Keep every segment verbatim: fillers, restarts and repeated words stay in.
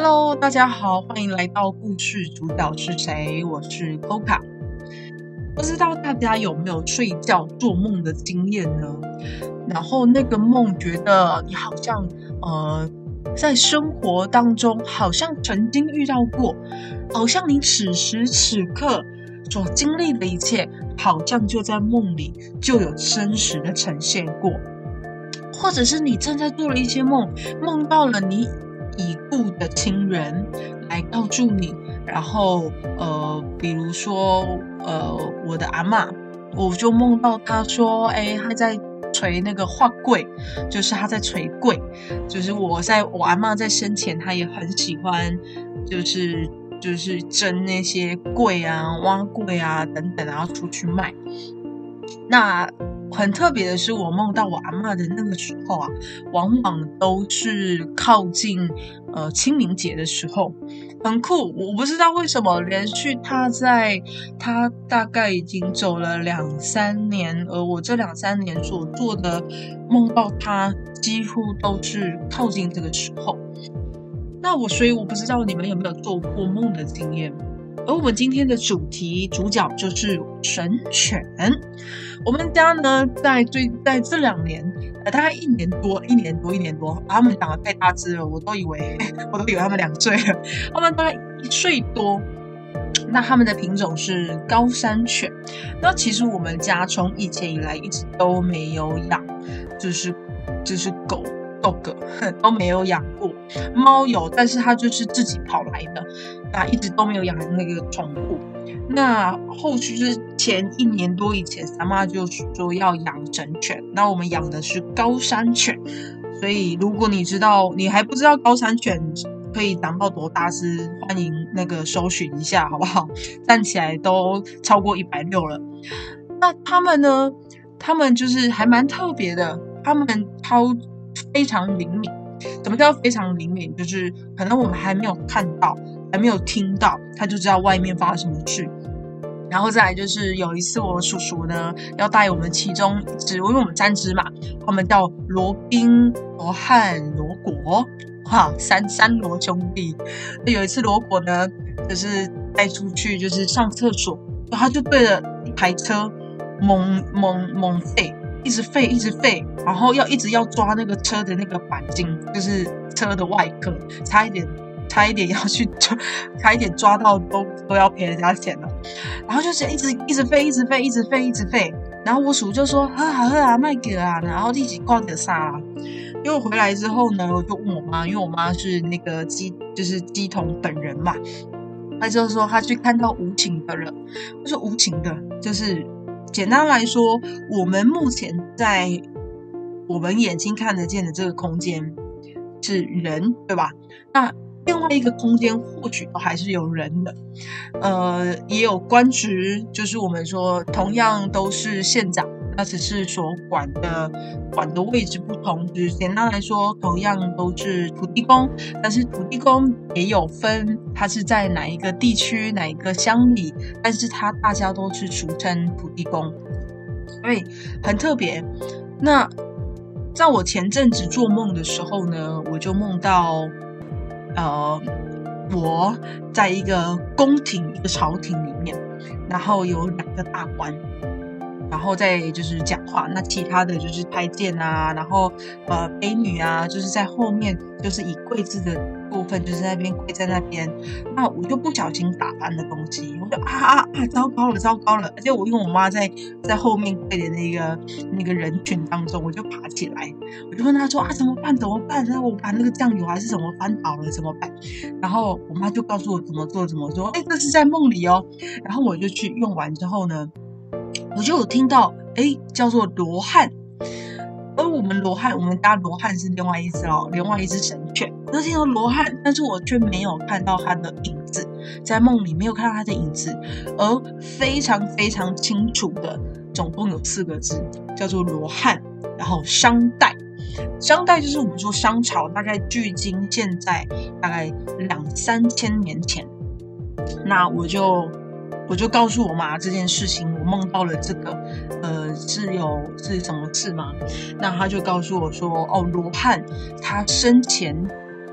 Hello， 大家好，欢迎来到故事主角是谁？我是 Coca。不知道大家有没有睡觉做梦的经验呢？然后那个梦觉得你好像呃在生活当中好像曾经遇到过，好像你此时此刻所经历的一切，好像就在梦里就有真实的呈现过，或者是你正在做了一些梦，梦到了你已故的亲人来告诉你，然后呃，比如说呃，我的阿嬷，我就梦到她说，哎，她在捶那个画柜，就是她在捶柜，就是我在我阿嬷在生前，她也很喜欢，就是就是蒸那些柜啊、挖柜啊等等，然后出去卖。那很特别的是，我梦到我阿嬷的那个时候啊，往往都是靠近呃清明节的时候，很酷。我不知道为什么，连续他在他大概已经走了两三年，而我这两三年所做的梦到他，几乎都是靠近这个时候。那我所以我不知道你们有没有做过梦的经验。而我们今天的主题主角就是神犬。我们家呢，在最在这两年，呃，大概一年多、一年多、一年多，他们长得太大只了，我都以为，我都以为他们两岁了。他们大概一岁多。那他们的品种是高山犬。那其实我们家从以前以来一直都没有养，就是就是狗。dog 都没有养过，猫有，但是它就是自己跑来的，那一直都没有养那个宠物。那后续就是前一年多以前，三妈就说要养神犬，那我们养的是高山犬。所以如果你知道，你还不知道高山犬可以长到多大，是欢迎那个搜寻一下，好不好？站起来都超过一百六了。那他们呢？他们就是还蛮特别的，他们超。非常灵敏。什么叫非常灵敏？就是可能我们还没有看到，还没有听到，他就知道外面发生什么事。然后再来就是有一次我叔叔呢要带我们其中一只，因为我们三只嘛，他们叫罗宾、罗汉、罗果，哇，三三罗兄弟。有一次罗果呢就是带出去就是上厕所，然后他就对着一台车猛猛猛吠。一直吠一直吠，然后要一直要抓那个车的那个钣金，就是车的外壳，差一点差一点要去抓，差一点抓到都都要赔人家钱了。然后就是一直一直吠一直吠一直吠一直吠，然后我叔就说喝啊喝啊卖给啊，然后立即挂点啥啦。因为我回来之后呢，我就问我妈，因为我妈是那个鸡就是鸡童本人嘛，她就说她去看到无情的人，我说无情的就是。简单来说，我们目前在我们眼睛看得见的这个空间是人，对吧？那另外一个空间或许都还是有人的，呃，也有官职，就是我们说同样都是县长，那只是所管的管的位置不同。就是简单来说，同样都是土地公，但是土地公也有分，他是在哪一个地区、哪一个乡里，但是他大家都是俗称土地公，所以很特别。那在我前阵子做梦的时候呢，我就梦到，呃，我在一个宫廷、一个朝廷里面，然后有两个大官。然后再就是讲话，那其他的就是太监啊，然后呃婢女啊，就是在后面，就是以跪姿的部分，就是在那边跪在那边。那我就不小心打翻了东西，我就啊啊啊，糟糕了，糟糕了！而且我因为我妈在在后面跪的那个那个人群当中，我就爬起来，我就问她说啊，怎么办？怎么办？那我把那个酱油还是什么翻倒了，怎么办？然后我妈就告诉我怎么做，怎么做。哎，这是在梦里哦。然后我就去用完之后呢。我就有听到，哎，叫做罗汉，而我们罗汉，我们家罗汉是另外一只哦，另外一只神犬。我就听到罗汉，但是我却没有看到它的影子，在梦里没有看到它的影子，而非常非常清楚的，总共有四个字，叫做罗汉，然后商代。商代就是我们说商朝，大概距今现在大概两三千年前。那我就。我就告诉我妈这件事情，我梦到了这个，呃，是有是什么事吗？那她就告诉我说，哦，罗汉他生前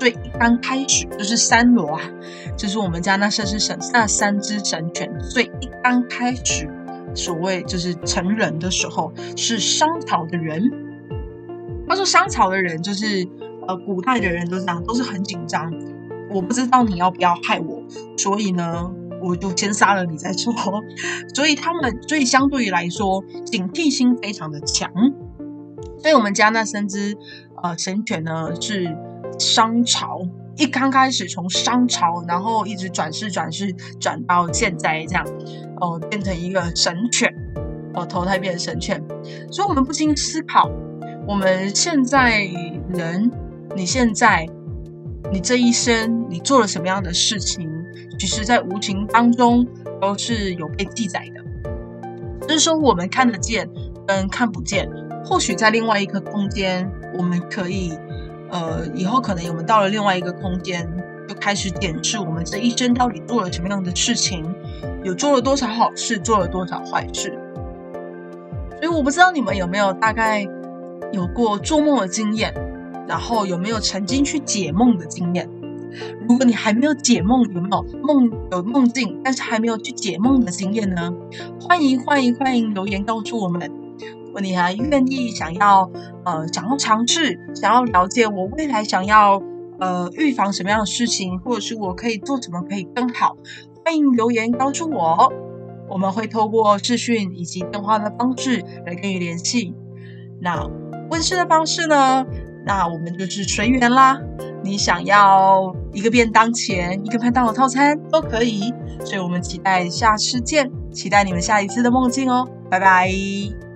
最一刚开始就是三罗啊，就是我们家那三只神那三只神犬最一刚开始所谓就是成人的时候是商朝的人。他说商朝的人就是呃古代的人都这样，都是很紧张，我不知道你要不要害我，所以呢我就先杀了你再说。所以他们所以相对于来说警惕心非常的强。所以我们家那三只呃神犬呢是商朝一刚开始从商朝，然后一直转世转世转到现在这样，哦、呃、变成一个神犬，哦、呃、投胎变成神犬。所以我们不禁思考，我们现在人，你现在你这一生你做了什么样的事情，其实在无形当中都是有被记载的。就是说我们看得见跟看不见，或许在另外一个空间我们可以呃，以后可能我们到了另外一个空间就开始检视我们这一生到底做了什么样的事情，有做了多少好事，做了多少坏事。所以我不知道你们有没有大概有过做梦的经验，然后有没有曾经去解梦的经验。如果你还没有解梦，有没有梦有梦境但是还没有去解梦的经验呢？欢迎欢迎欢迎留言告诉我们。如果你还愿意想要呃想要尝试，想要了解我未来想要呃预防什么样的事情，或者是我可以做什么可以更好，欢迎留言告诉我。我们会透过视讯以及电话的方式来跟你联系。那问世的方式呢，那我们就是随缘啦，你想要一个便当钱，一个麦当劳套餐都可以。所以我们期待下次见，期待你们下一次的梦境哦，拜拜。